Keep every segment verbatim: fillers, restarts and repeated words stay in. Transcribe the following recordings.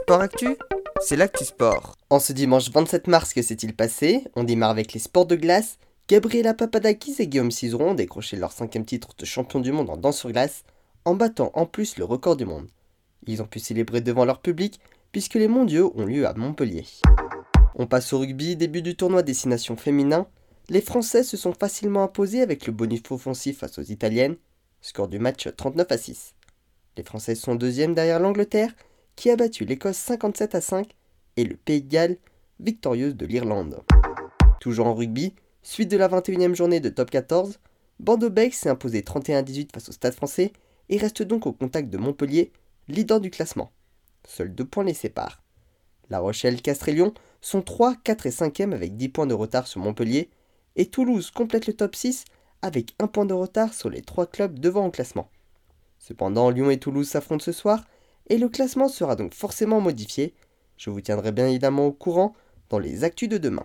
Sport Actu, c'est l'actu sport. En ce dimanche vingt-sept mars, que s'est-il passé? On démarre avec les sports de glace. Gabriela Papadakis et Guillaume Cizeron ont décroché leur cinquième titre de champion du monde en danse sur glace, en battant en plus le record du monde. Ils ont pu célébrer devant leur public, puisque les mondiaux ont lieu à Montpellier. On passe au rugby, début du tournoi Destination féminin. Les Français se sont facilement imposés avec le bonus offensif face aux Italiennes, score du match trente-neuf à six. Les Français sont deuxièmes derrière l'Angleterre, qui a battu l'Écosse cinquante-sept à cinq, et le Pays de Galles, victorieuse de l'Irlande. Toujours en rugby, suite de la vingt et unième journée de top quatorze, Bordeaux-Bègles s'est imposé trente et un à dix-huit face au Stade français et reste donc au contact de Montpellier, leader du classement. Seuls deux points les séparent. La Rochelle, Castres et Lyon sont trois, quatre et cinquième avec dix points de retard sur Montpellier, et Toulouse complète le top six avec un point de retard sur les trois clubs devant au classement. Cependant, Lyon et Toulouse s'affrontent ce soir, et le classement sera donc forcément modifié. Je vous tiendrai bien évidemment au courant dans les actus de demain.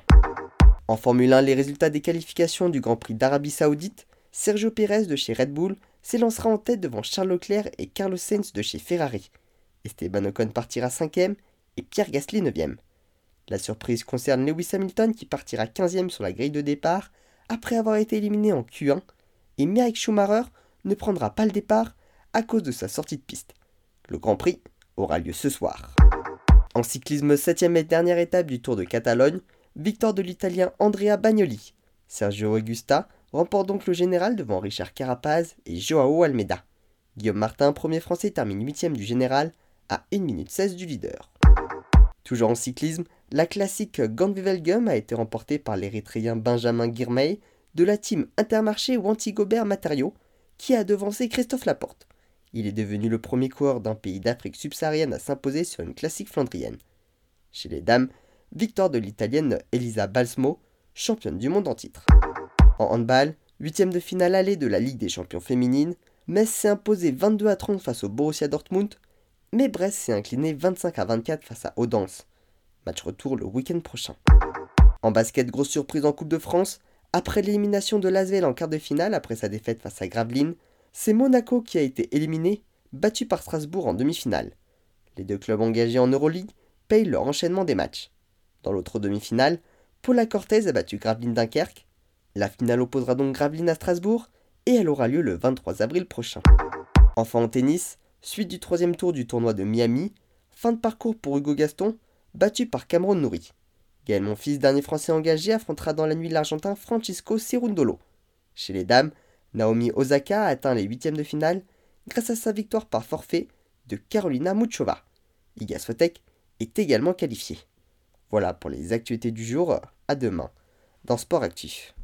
En Formule un, les résultats des qualifications du Grand Prix d'Arabie Saoudite, Sergio Pérez de chez Red Bull s'élancera en tête devant Charles Leclerc et Carlos Sainz de chez Ferrari. Esteban Ocon partira cinquième et Pierre Gasly neuvième. La surprise concerne Lewis Hamilton qui partira quinzième sur la grille de départ après avoir été éliminé en Q un, et Michael Schumacher ne prendra pas le départ à cause de sa sortie de piste. Le Grand Prix aura lieu ce soir. En cyclisme, septième et dernière étape du Tour de Catalogne, victoire de l'Italien Andrea Bagnoli. Sergio Augusta remporte donc le général devant Richard Carapaz et Joao Almeida. Guillaume Martin, premier français, termine huitième du général à une minute seize du leader. Toujours en cyclisme, la classique Gand-Wevelgem a été remportée par l'Érythréen Benjamin Girmay de la team Intermarché Wanty-Gobert Matériaux, qui a devancé Christophe Laporte. Il est devenu le premier coureur d'un pays d'Afrique subsaharienne à s'imposer sur une classique flandrienne. Chez les dames, victoire de l'Italienne Elisa Balsamo, championne du monde en titre. En handball, huitième de finale allée de la Ligue des champions féminines, Metz s'est imposé vingt-deux à trente face au Borussia Dortmund, mais Brest s'est incliné vingt-cinq à vingt-quatre face à Odense. Match retour le week-end prochain. En basket, grosse surprise en Coupe de France, après l'élimination de l'Asvel en quart de finale après sa défaite face à Gravelines, c'est Monaco qui a été éliminé, battu par Strasbourg en demi-finale. Les deux clubs engagés en Euroleague payent leur enchaînement des matchs. Dans l'autre demi-finale, Paula Cortez a battu Gravelines Dunkerque. La finale opposera donc Gravelines à Strasbourg et elle aura lieu le vingt-trois avril prochain. Enfin en tennis, suite du troisième tour du tournoi de Miami, fin de parcours pour Hugo Gaston, battu par Cameron Nouri. Gaël Monfils, dernier français engagé, affrontera dans la nuit l'Argentin Francisco Cerundolo. Chez les dames, Naomi Osaka a atteint les huitièmes de finale grâce à sa victoire par forfait de Carolina Muchova. Iga Swiatek est également qualifiée. Voilà pour les actualités du jour, à demain dans Sport Actif.